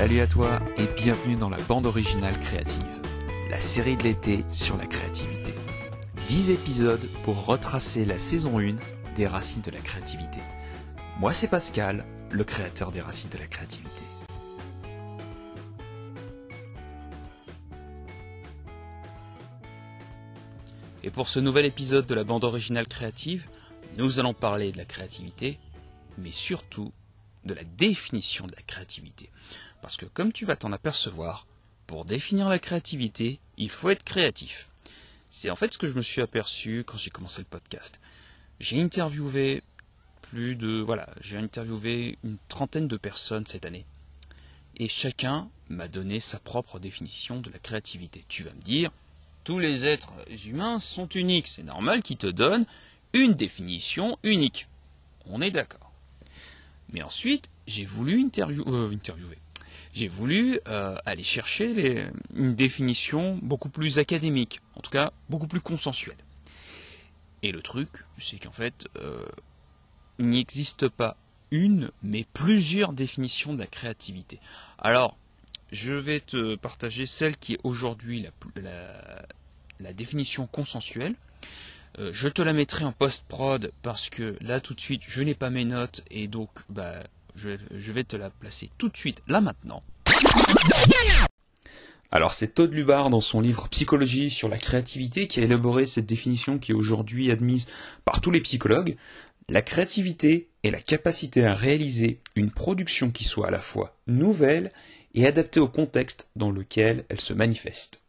Salut à toi et bienvenue dans la bande originale créative, la série de l'été sur la créativité. 10 épisodes pour retracer la saison 1 des Racines de la créativité. Moi c'est Pascal, le créateur des Racines de la créativité. Et pour ce nouvel épisode de la bande originale créative, nous allons parler de la créativité, mais surtout de la définition de la créativité. Parce que comme tu vas t'en apercevoir, pour définir la créativité, il faut être créatif. C'est en fait ce que je me suis aperçu quand j'ai commencé le podcast. J'ai interviewé une trentaine de personnes cette année. Et chacun m'a donné sa propre définition de la créativité. Tu vas me dire, tous les êtres humains sont uniques. C'est normal qu'ils te donnent une définition unique. On est d'accord. Mais ensuite, j'ai voulu interviewer. J'ai voulu aller chercher une définition beaucoup plus académique, en tout cas beaucoup plus consensuelle. Et le truc, c'est qu'en fait, il n'existe pas une, mais plusieurs définitions de la créativité. Alors, je vais te partager celle qui est aujourd'hui la définition consensuelle. Je te la mettrai en post-prod parce que là tout de suite je n'ai pas mes notes et donc je vais te la placer tout de suite là maintenant. Alors c'est Todd Lubar dans son livre Psychologie sur la créativité qui a élaboré cette définition qui est aujourd'hui admise par tous les psychologues. La créativité est la capacité à réaliser une production qui soit à la fois nouvelle et adaptée au contexte dans lequel elle se manifeste.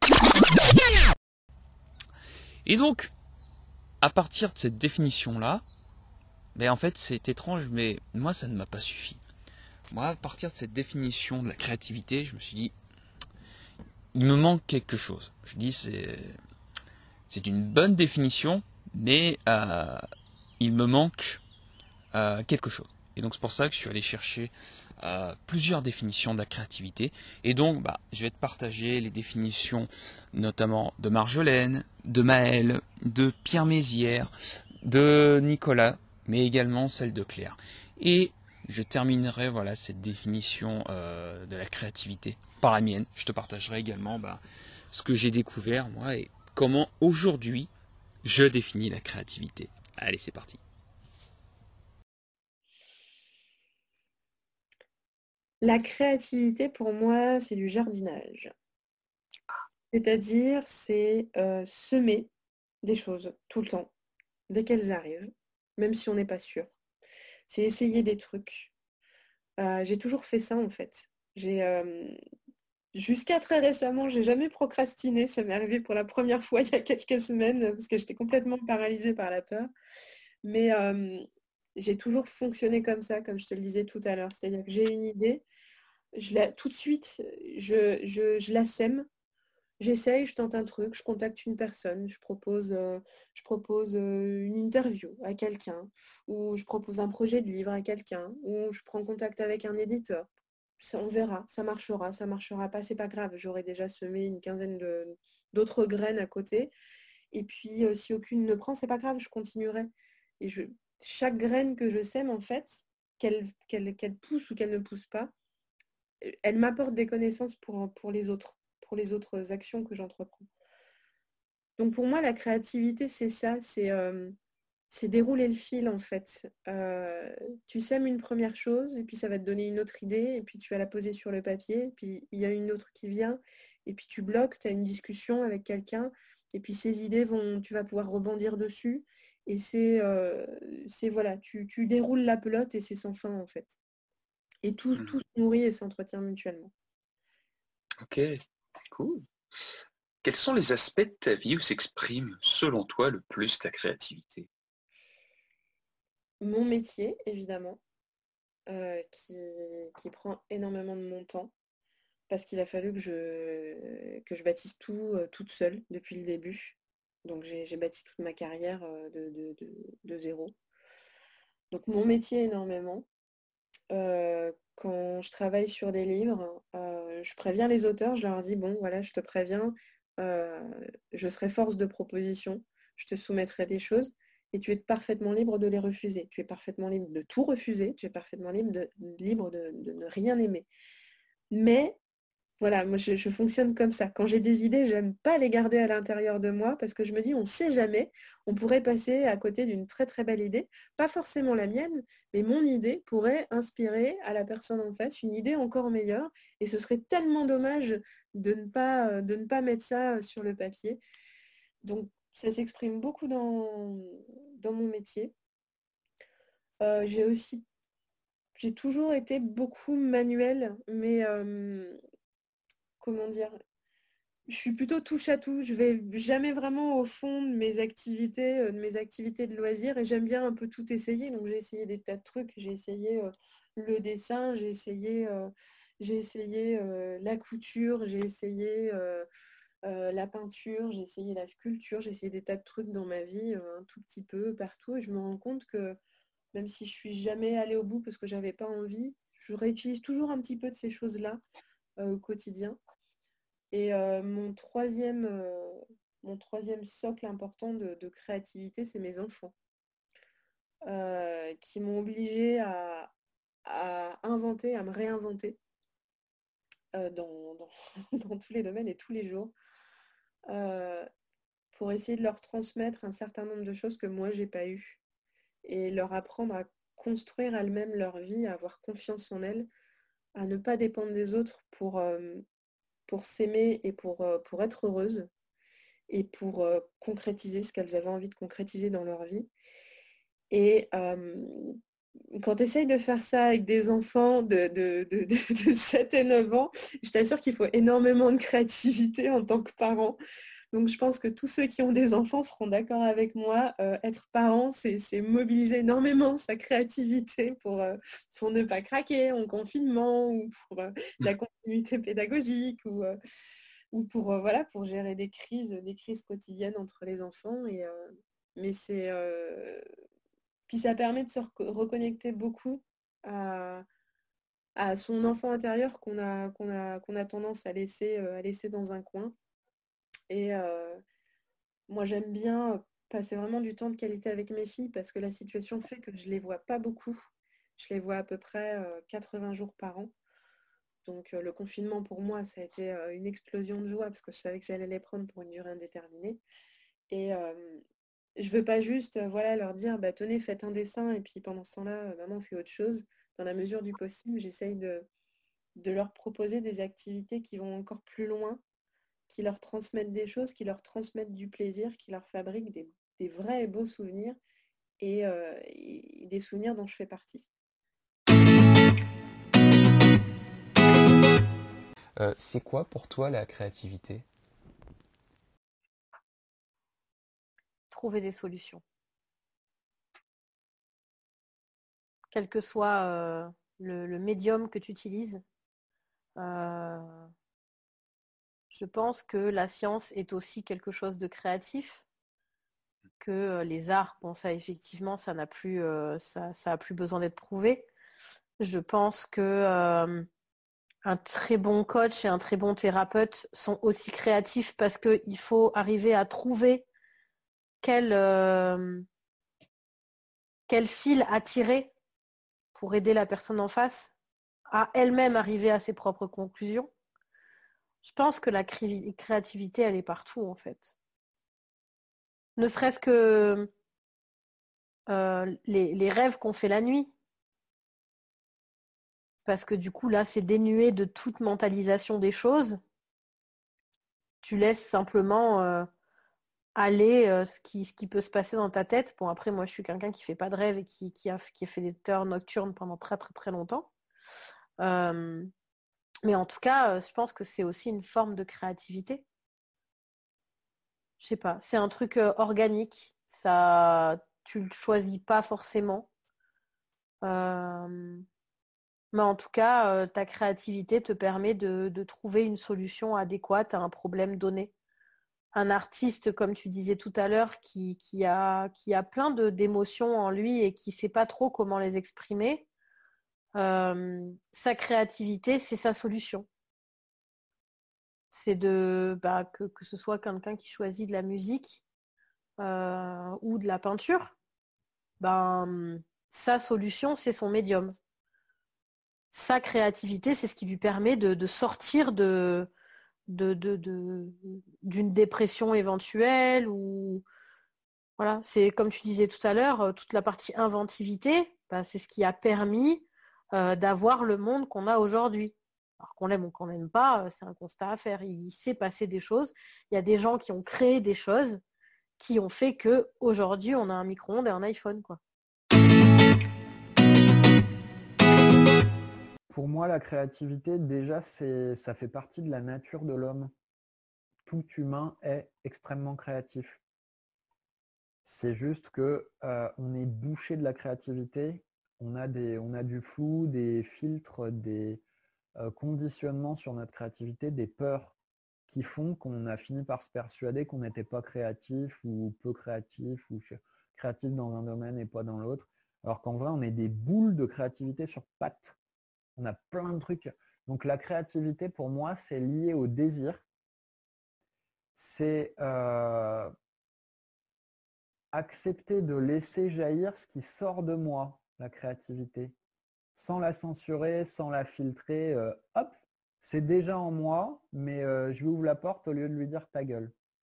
Et donc, à partir de cette définition-là, en fait c'est étrange, mais moi ça ne m'a pas suffi. Moi, à partir de cette définition de la créativité, je me suis dit, il me manque quelque chose. Je dis, c'est une bonne définition, mais il me manque quelque chose. Et donc c'est pour ça que je suis allé chercher plusieurs définitions de la créativité. Et donc, je vais te partager les définitions, notamment de Marjolaine, de Maëlle, de Pierre Mézières, de Nicolas, mais également celle de Claire. Et je terminerai cette définition de la créativité par la mienne. Je te partagerai également ce que j'ai découvert, moi, et comment aujourd'hui je définis la créativité. Allez, c'est parti. La créativité, pour moi, c'est du jardinage. C'est-à-dire, c'est semer des choses tout le temps, dès qu'elles arrivent, même si on n'est pas sûr. C'est essayer des trucs. J'ai toujours fait ça, en fait. Jusqu'à très récemment, j'ai jamais procrastiné. Ça m'est arrivé pour la première fois il y a quelques semaines, parce que j'étais complètement paralysée par la peur. Mais j'ai toujours fonctionné comme ça, comme je te le disais tout à l'heure. C'est-à-dire que j'ai une idée, tout de suite, je la sème. J'essaye, je tente un truc, je contacte une personne, je propose une interview à quelqu'un, ou je propose un projet de livre à quelqu'un, ou je prends contact avec un éditeur. Ça, on verra, ça marchera pas, c'est pas grave. J'aurai déjà semé une quinzaine d'autres graines à côté. Et puis, si aucune ne prend, c'est pas grave, je continuerai. Et chaque graine que je sème, en fait, qu'elle pousse ou qu'elle ne pousse pas, elle m'apporte des connaissances pour les autres actions que j'entreprends. Donc pour moi, la créativité, c'est ça, c'est dérouler le fil en fait. Tu sèmes une première chose et puis ça va te donner une autre idée et puis tu vas la poser sur le papier, puis il y a une autre qui vient et puis tu bloques, tu as une discussion avec quelqu'un et puis ces idées tu vas pouvoir rebondir dessus et voilà, tu déroules la pelote et c'est sans fin en fait. Et tout se nourrit et s'entretient mutuellement. Ok, cool. Quels sont les aspects de ta vie où s'exprime, selon toi, le plus ta créativité? Mon métier, évidemment, qui prend énormément de mon temps, parce qu'il a fallu que je bâtisse tout toute seule depuis le début. Donc j'ai bâti toute ma carrière de zéro. Donc mon métier énormément. Quand je travaille sur des livres, je préviens les auteurs, je leur dis, bon voilà, je te préviens, euh, je serai force de proposition, je te soumettrai des choses et tu es parfaitement libre de les refuser. Tu es parfaitement libre de tout refuser, tu es parfaitement libre de ne rien aimer. Mais voilà, moi je fonctionne comme ça. Quand j'ai des idées, j'aime pas les garder à l'intérieur de moi parce que je me dis, on ne sait jamais, on pourrait passer à côté d'une très très belle idée, pas forcément la mienne, mais mon idée pourrait inspirer à la personne en face une idée encore meilleure et ce serait tellement dommage de ne pas mettre ça sur le papier. Donc ça s'exprime beaucoup dans mon métier. J'ai aussi j'ai toujours été beaucoup manuelle, mais comment dire, je suis plutôt touche à tout. Je vais jamais vraiment au fond de mes activités de loisirs et j'aime bien un peu tout essayer. Donc j'ai essayé des tas de trucs. J'ai essayé le dessin, j'ai essayé la couture, j'ai essayé la peinture, j'ai essayé la sculpture, j'ai essayé des tas de trucs dans ma vie, un tout petit peu partout. Et je me rends compte que même si je suis jamais allée au bout parce que j'avais pas envie, je réutilise toujours un petit peu de ces choses-là au quotidien. Et mon troisième socle important de créativité, c'est mes enfants, qui m'ont obligée à inventer, à me réinventer dans tous les domaines et tous les jours, euh, pour essayer de leur transmettre un certain nombre de choses que moi, j'ai pas eues, et leur apprendre à construire elles-mêmes leur vie, à avoir confiance en elles, à ne pas dépendre des autres pour s'aimer et pour être heureuses et pour concrétiser ce qu'elles avaient envie de concrétiser dans leur vie. Et quand tu essayes de faire ça avec des enfants de 7 et 9 ans, je t'assure qu'il faut énormément de créativité en tant que parent. Donc je pense que tous ceux qui ont des enfants seront d'accord avec moi. Être parent, c'est mobiliser énormément sa créativité pour ne pas craquer en confinement ou pour la continuité pédagogique ou pour, voilà, pour gérer des crises quotidiennes entre les enfants. Mais puis ça permet de se reconnecter beaucoup à, à son enfant intérieur qu'on a tendance à laisser dans un coin. Et moi, j'aime bien passer vraiment du temps de qualité avec mes filles parce que la situation fait que je les vois pas beaucoup. Je les vois à peu près 80 jours par an. Donc le confinement pour moi, ça a été une explosion de joie parce que je savais que j'allais les prendre pour une durée indéterminée. Et je veux pas juste voilà, leur dire bah, tenez, faites un dessin et puis pendant ce temps-là, maman fait autre chose. Dans la mesure du possible, j'essaye de leur proposer des activités qui vont encore plus loin, qui leur transmettent des choses, qui leur transmettent du plaisir, qui leur fabriquent des vrais et beaux souvenirs et des souvenirs dont je fais partie. C'est quoi pour toi la créativité? Trouver des solutions. Quel que soit le médium que tu utilises, je pense que la science est aussi quelque chose de créatif, que les arts, bon ça effectivement, ça n'a plus, ça a plus besoin d'être prouvé. Je pense que un très bon coach et un très bon thérapeute sont aussi créatifs parce qu'il faut arriver à trouver quel fil attirer pour aider la personne en face à elle-même arriver à ses propres conclusions. Je pense que la créativité, elle est partout en fait. Ne serait-ce que les rêves qu'on fait la nuit. Parce que du coup, là, c'est dénué de toute mentalisation des choses. Tu laisses simplement aller ce qui peut se passer dans ta tête. Bon, après, moi, je suis quelqu'un qui ne fait pas de rêve et qui a fait des heures nocturnes pendant très, très, très longtemps. Mais en tout cas, je pense que c'est aussi une forme de créativité. Je sais pas, c'est un truc organique. Ça, tu le choisis pas forcément. Mais en tout cas, ta créativité te permet de trouver une solution adéquate à un problème donné. Un artiste, comme tu disais tout à l'heure, qui a plein d'émotions en lui et qui ne sait pas trop comment les exprimer, sa créativité, c'est sa solution. C'est que ce soit quelqu'un qui choisit de la musique ou de la peinture, sa solution, c'est son médium. sa créativité, c'est ce qui lui permet de sortir d'une dépression éventuelle ou voilà, c'est comme tu disais tout à l'heure, toute la partie inventivité, c'est ce qui a permis d'avoir le monde qu'on a aujourd'hui. Alors qu'on l'aime ou qu'on n'aime pas, c'est un constat à faire. Il s'est passé des choses. Il y a des gens qui ont créé des choses qui ont fait qu'aujourd'hui, on a un micro-ondes et un iPhone, quoi. Pour moi, la créativité, déjà, ça fait partie de la nature de l'homme. Tout humain est extrêmement créatif. C'est juste que on est bouché de la créativité. On a du flou, des filtres, des conditionnements sur notre créativité, des peurs qui font qu'on a fini par se persuader qu'on n'était pas créatif ou peu créatif ou créatif dans un domaine et pas dans l'autre. Alors qu'en vrai, on est des boules de créativité sur pattes. On a plein de trucs. Donc la créativité, pour moi, c'est lié au désir. C'est accepter de laisser jaillir ce qui sort de moi, la créativité, sans la censurer, sans la filtrer. Hop, c'est déjà en moi, mais je lui ouvre la porte au lieu de lui dire ta gueule.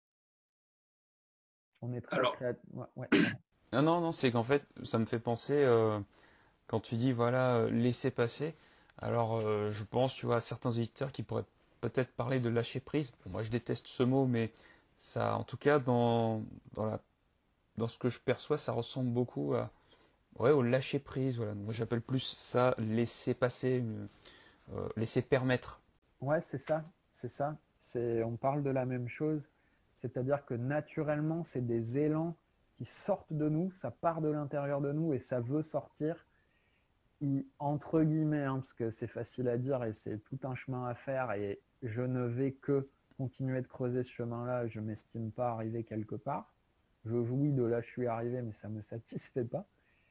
On est très créatif. Ouais. Non, c'est qu'en fait, ça me fait penser, quand tu dis, voilà, laisser passer. Alors, je pense, tu vois, à certains auditeurs qui pourraient peut-être parler de lâcher prise. Bon, moi, je déteste ce mot, mais ça, en tout cas, dans ce que je perçois, ça ressemble beaucoup au lâcher prise. Voilà. Donc, moi, j'appelle plus ça laisser passer, laisser permettre. Ouais, c'est ça. On parle de la même chose. C'est-à-dire que naturellement, c'est des élans qui sortent de nous, ça part de l'intérieur de nous et ça veut sortir. Entre guillemets, parce que c'est facile à dire et c'est tout un chemin à faire et je ne vais que continuer de creuser ce chemin-là, je ne m'estime pas arrivé quelque part. Je jouis de là je suis arrivé, mais ça ne me satisfait pas.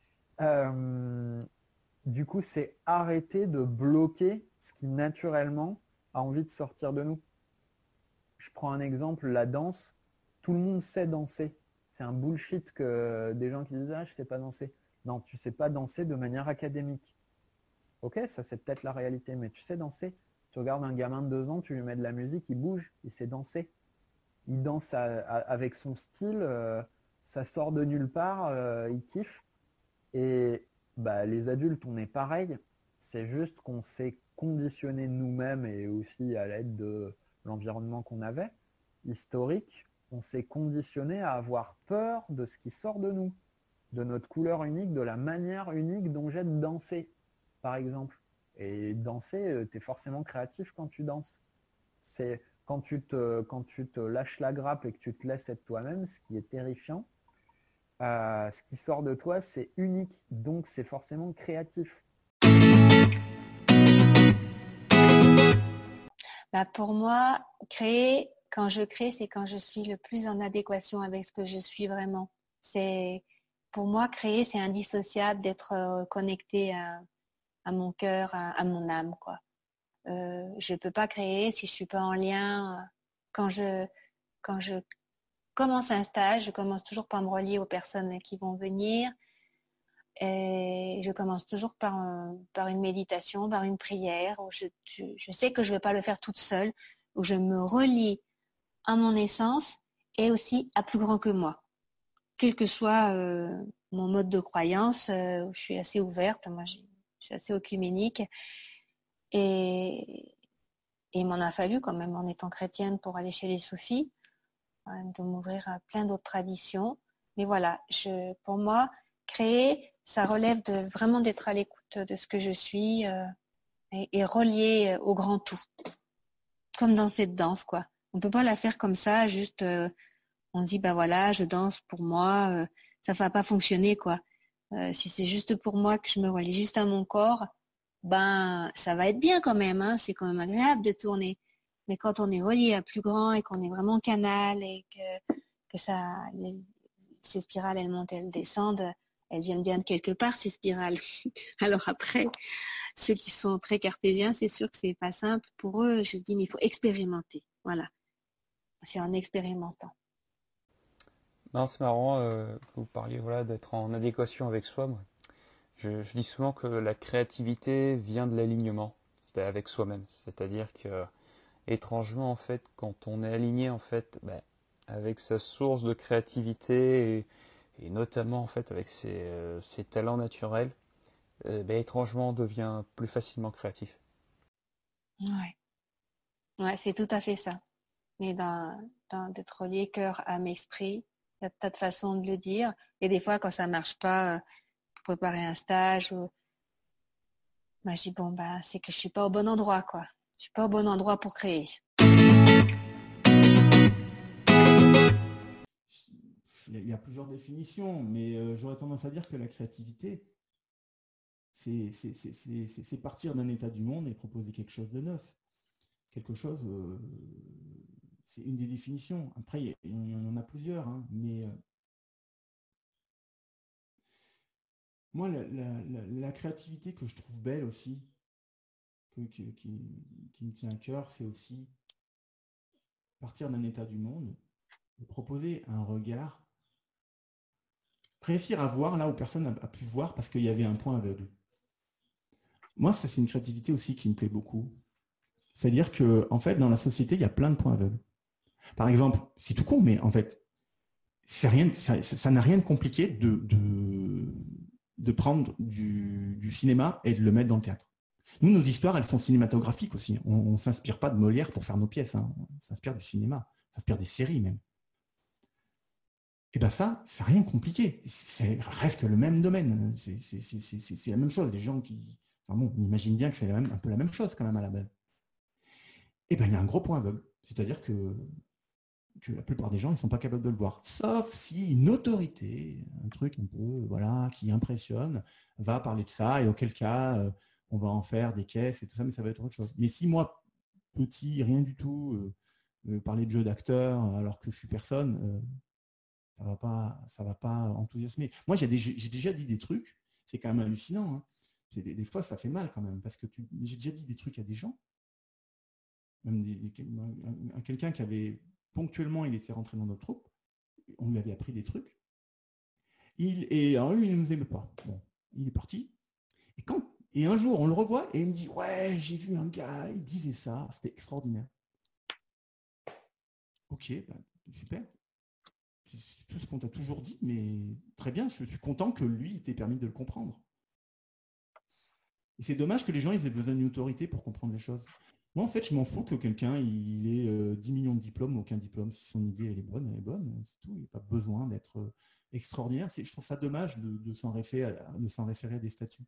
Du coup, c'est arrêter de bloquer ce qui naturellement a envie de sortir de nous. Je prends un exemple, la danse. Tout le monde sait danser. C'est un bullshit que des gens qui disent « Ah, je ne sais pas danser ». Non, tu ne sais pas danser de manière académique. Ok, ça c'est peut-être la réalité, mais tu sais danser. Tu regardes un gamin de 2 ans, tu lui mets de la musique, il bouge, il sait danser. Il danse avec son style, ça sort de nulle part, il kiffe. Et les adultes, on est pareil. C'est juste qu'on s'est conditionné nous-mêmes et aussi à l'aide de l'environnement qu'on avait, historique, on s'est conditionné à avoir peur de ce qui sort de nous, de notre couleur unique, de la manière unique dont j'ai de danser, par exemple. Et danser, tu es forcément créatif quand tu danses. C'est quand tu te lâches la grappe et que tu te laisses être toi-même, ce qui est terrifiant. Ce qui sort de toi, c'est unique, donc c'est forcément créatif. Pour moi, quand je crée, c'est quand je suis le plus en adéquation avec ce que je suis vraiment. Pour moi, créer, c'est indissociable d'être connecté à mon cœur, à mon âme, quoi. Je ne peux pas créer si je ne suis pas en lien. Quand je commence un stage, je commence toujours par me relier aux personnes qui vont venir. Et je commence toujours par une méditation, par une prière, où je sais que je ne vais pas le faire toute seule, où je me relie à mon essence et aussi à plus grand que moi. Quel que soit mon mode de croyance, je suis assez ouverte, moi je suis assez œcuménique. Et il m'en a fallu quand même en étant chrétienne pour aller chez les soufis, de m'ouvrir à plein d'autres traditions. Mais voilà, pour moi, créer, ça relève vraiment d'être à l'écoute de ce que je suis et relié au grand tout. Comme dans cette danse, quoi. On ne peut pas la faire comme ça, juste on dit, voilà, je danse pour moi, ça ne va pas fonctionner, quoi. Si c'est juste pour moi que je me relie juste à mon corps, ça va être bien quand même, hein, c'est quand même agréable de tourner. Mais quand on est relié à plus grand et qu'on est vraiment canal et que ces spirales, elles montent, elles descendent, elles viennent bien de quelque part, ces spirales. Alors après, ceux qui sont très cartésiens, c'est sûr que c'est pas simple. Pour eux, je dis, mais il faut expérimenter. Voilà. C'est en expérimentant. Non, c'est marrant que vous parliez d'être en adéquation avec soi. Moi, Je dis souvent que la créativité vient de l'alignement avec soi-même. C'est-à-dire que, étrangement, en fait, quand on est aligné, en fait, avec sa source de créativité et notamment, en fait, avec ses talents naturels, étrangement, on devient plus facilement créatif. Ouais. Ouais, c'est tout à fait ça. Mais d'être relié cœur, âme, esprit, il y a tas de façons de le dire. Et des fois, quand ça marche pas, pour préparer un stage, je dis c'est que je suis pas au bon endroit, quoi. Je suis pas au bon endroit pour créer. Il y a plusieurs définitions, mais j'aurais tendance à dire que la créativité, c'est partir d'un état du monde et proposer quelque chose de neuf. Quelque chose, c'est une des définitions. Après, il y en a plusieurs, hein, mais moi, la créativité que je trouve belle aussi, qui me tient à cœur, c'est aussi partir d'un état du monde et proposer un regard, réussir à voir là où personne n'a pu voir parce qu'il y avait un point aveugle. Moi, ça, c'est une créativité aussi qui me plaît beaucoup. C'est-à-dire que, en fait, dans la société, il y a plein de points aveugles. Par exemple, c'est tout con, mais en fait, ça n'a rien de compliqué de prendre du cinéma et de le mettre dans le théâtre. Nous, nos histoires, elles sont cinématographiques aussi. On ne s'inspire pas de Molière pour faire nos pièces. Hein. On s'inspire du cinéma. On s'inspire des séries même. Et bien ça, c'est rien de compliqué. C'est presque le même domaine. C'est la même chose. Les gens qui... Enfin bon, on imagine bien que c'est un peu la même chose quand même à la base. Et bien il y a un gros point aveugle. C'est-à-dire que la plupart des gens, ils ne sont pas capables de le voir. Sauf si une autorité, un truc un peu, voilà, qui impressionne, va parler de ça, et auquel cas, on va en faire des caisses et tout ça, mais ça va être autre chose. Mais si moi, petit, rien du tout, parler de jeu d'acteur alors que je suis personne, ça va pas enthousiasmer. Moi, j'ai déjà dit des trucs, c'est quand même hallucinant. Hein. Des fois, ça fait mal quand même, parce que j'ai déjà dit des trucs à des gens, même quelqu'un qui avait ponctuellement, il était rentré dans notre troupe, on lui avait appris des trucs, alors lui, il ne nous aimait pas. Bon, il est parti. Et un jour, on le revoit et il me dit, ouais, j'ai vu un gars, il disait ça, c'était extraordinaire. Ok, super. C'est tout ce qu'on t'a toujours dit, mais très bien, je suis content que lui, il t'ait permis de le comprendre. Et c'est dommage que les gens ils aient besoin d'une autorité pour comprendre les choses. Moi, en fait, je m'en fous que quelqu'un il ait 10 millions de diplômes, aucun diplôme. Si son idée elle est bonne, c'est tout. Il n'y a pas besoin d'être extraordinaire. Je trouve ça dommage de s'en référer à des statuts.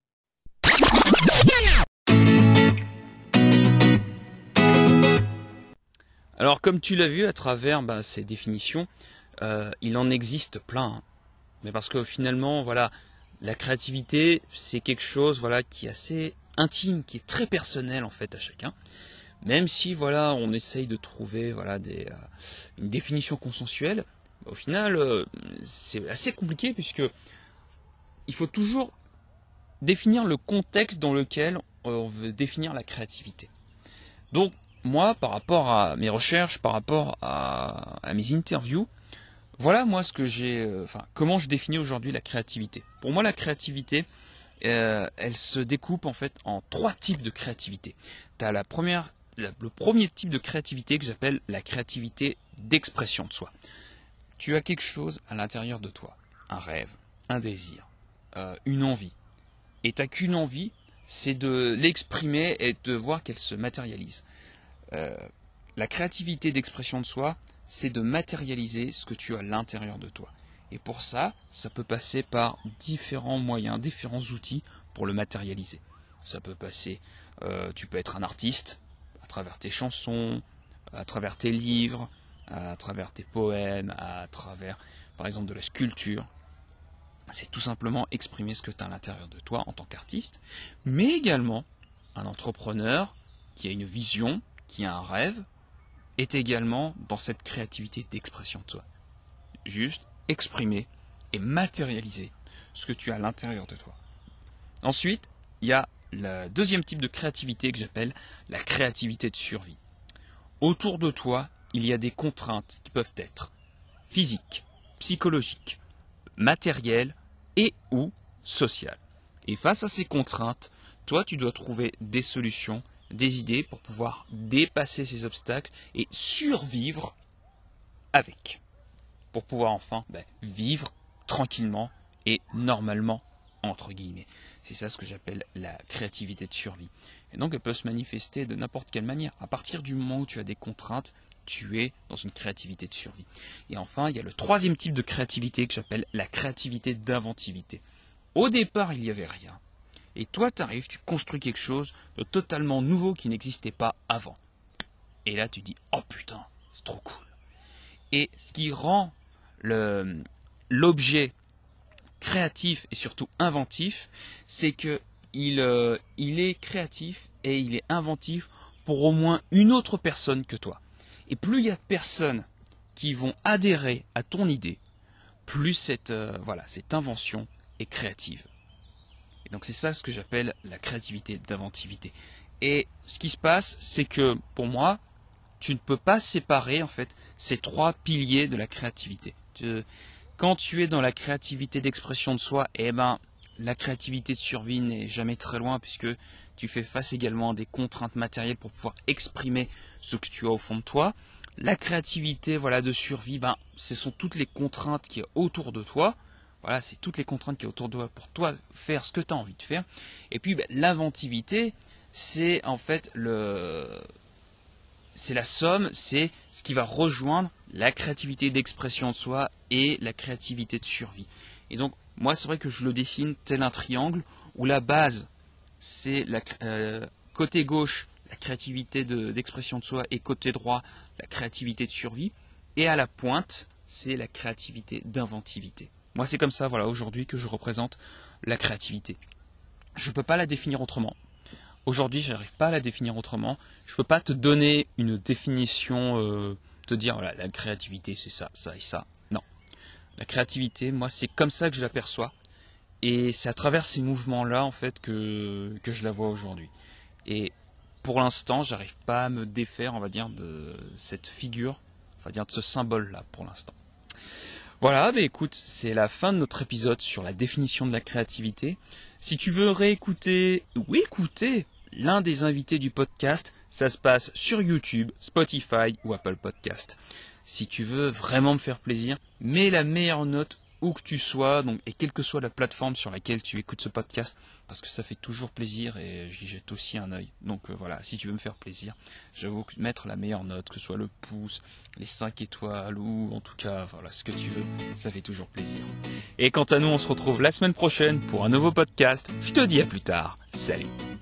Alors, comme tu l'as vu à travers ces définitions, il en existe plein. Hein. Mais parce que finalement, voilà, la créativité, c'est quelque chose qui est assez intime, qui est très personnel en fait à chacun. Même si on essaye de trouver une définition consensuelle, au final c'est assez compliqué puisque il faut toujours définir le contexte dans lequel on veut définir la créativité. Donc moi, par rapport à mes recherches, par rapport à mes interviews, voilà moi ce que comment je définis aujourd'hui la créativité. Pour moi, la créativité, elle se découpe en fait en 3 types de créativité. Tu as le premier type de créativité que j'appelle la créativité d'expression de soi. Tu as quelque chose à l'intérieur de toi, un rêve, un désir, une envie. Et tu n'as qu'une envie, c'est de l'exprimer et de voir qu'elle se matérialise. La créativité d'expression de soi, c'est de matérialiser ce que tu as à l'intérieur de toi. Et pour ça, ça peut passer par différents moyens, différents outils pour le matérialiser. Ça peut passer, tu peux être un artiste à travers tes chansons, à travers tes livres, à travers tes poèmes, à travers, par exemple, de la sculpture. C'est tout simplement exprimer ce que tu as à l'intérieur de toi en tant qu'artiste, mais également un entrepreneur qui a une vision, qui a un rêve, est également dans cette créativité d'expression de soi. Juste exprimer et matérialiser ce que tu as à l'intérieur de toi. Ensuite, il y a le deuxième type de créativité que j'appelle la créativité de survie. Autour de toi, il y a des contraintes qui peuvent être physiques, psychologiques, matérielles et ou sociales. Et face à ces contraintes, toi, tu dois trouver des solutions, des idées pour pouvoir dépasser ces obstacles et survivre avec. Pour pouvoir enfin vivre tranquillement et normalement, entre guillemets. C'est ça ce que j'appelle la créativité de survie. Et donc elle peut se manifester de n'importe quelle manière. À partir du moment où tu as des contraintes, tu es dans une créativité de survie. Et enfin, il y a le troisième type de créativité que j'appelle la créativité d'inventivité. Au départ, il n'y avait rien. Et toi, tu arrives, tu construis quelque chose de totalement nouveau qui n'existait pas avant. Et là, tu dis, oh putain, c'est trop cool. Et ce qui rend l'objet créatif et surtout inventif, c'est que il est créatif et il est inventif pour au moins une autre personne que toi. Et plus il y a de personnes qui vont adhérer à ton idée, plus cette invention est créative. Et donc c'est ça ce que j'appelle la créativité d'inventivité. Et ce qui se passe, c'est que pour moi, tu ne peux pas séparer en fait ces trois piliers de la créativité. Quand tu es dans la créativité d'expression de soi, la créativité de survie n'est jamais très loin puisque tu fais face également à des contraintes matérielles pour pouvoir exprimer ce que tu as au fond de toi. La créativité de survie, ce sont toutes les contraintes qui sont autour de toi. Voilà, c'est toutes les contraintes qui sont autour de toi pour toi faire ce que tu as envie de faire. Et puis l'inventivité, c'est en fait c'est la somme, c'est ce qui va rejoindre la créativité d'expression de soi et la créativité de survie. Et donc, moi, c'est vrai que je le dessine tel un triangle où la base, c'est côté gauche, la créativité d'expression de soi et côté droit, la créativité de survie. Et à la pointe, c'est la créativité d'inventivité. Moi, c'est comme ça, aujourd'hui que je représente la créativité. Je ne peux pas la définir autrement. Aujourd'hui, je n'arrive pas à la définir autrement. Je ne peux pas te donner une définition, te dire, la créativité, c'est ça, ça et ça. Non. La créativité, moi, c'est comme ça que je l'aperçois. Et c'est à travers ces mouvements-là, en fait, que je la vois aujourd'hui. Et pour l'instant, j'arrive pas à me défaire, on va dire, de cette figure, on va dire de ce symbole-là, pour l'instant. Voilà, écoute, c'est la fin de notre épisode sur la définition de la créativité. Si tu veux réécouter ou écouter l'un des invités du podcast, ça se passe sur YouTube, Spotify ou Apple Podcast. Si tu veux vraiment me faire plaisir, mets la meilleure note où que tu sois, et quelle que soit la plateforme sur laquelle tu écoutes ce podcast, parce que ça fait toujours plaisir et j'y jette aussi un œil. Donc si tu veux me faire plaisir, j'avoue que mettre la meilleure note, que ce soit le pouce, les 5 étoiles ou en tout cas ce que tu veux, ça fait toujours plaisir. Et quant à nous, on se retrouve la semaine prochaine pour un nouveau podcast. Je te dis à plus tard. Salut.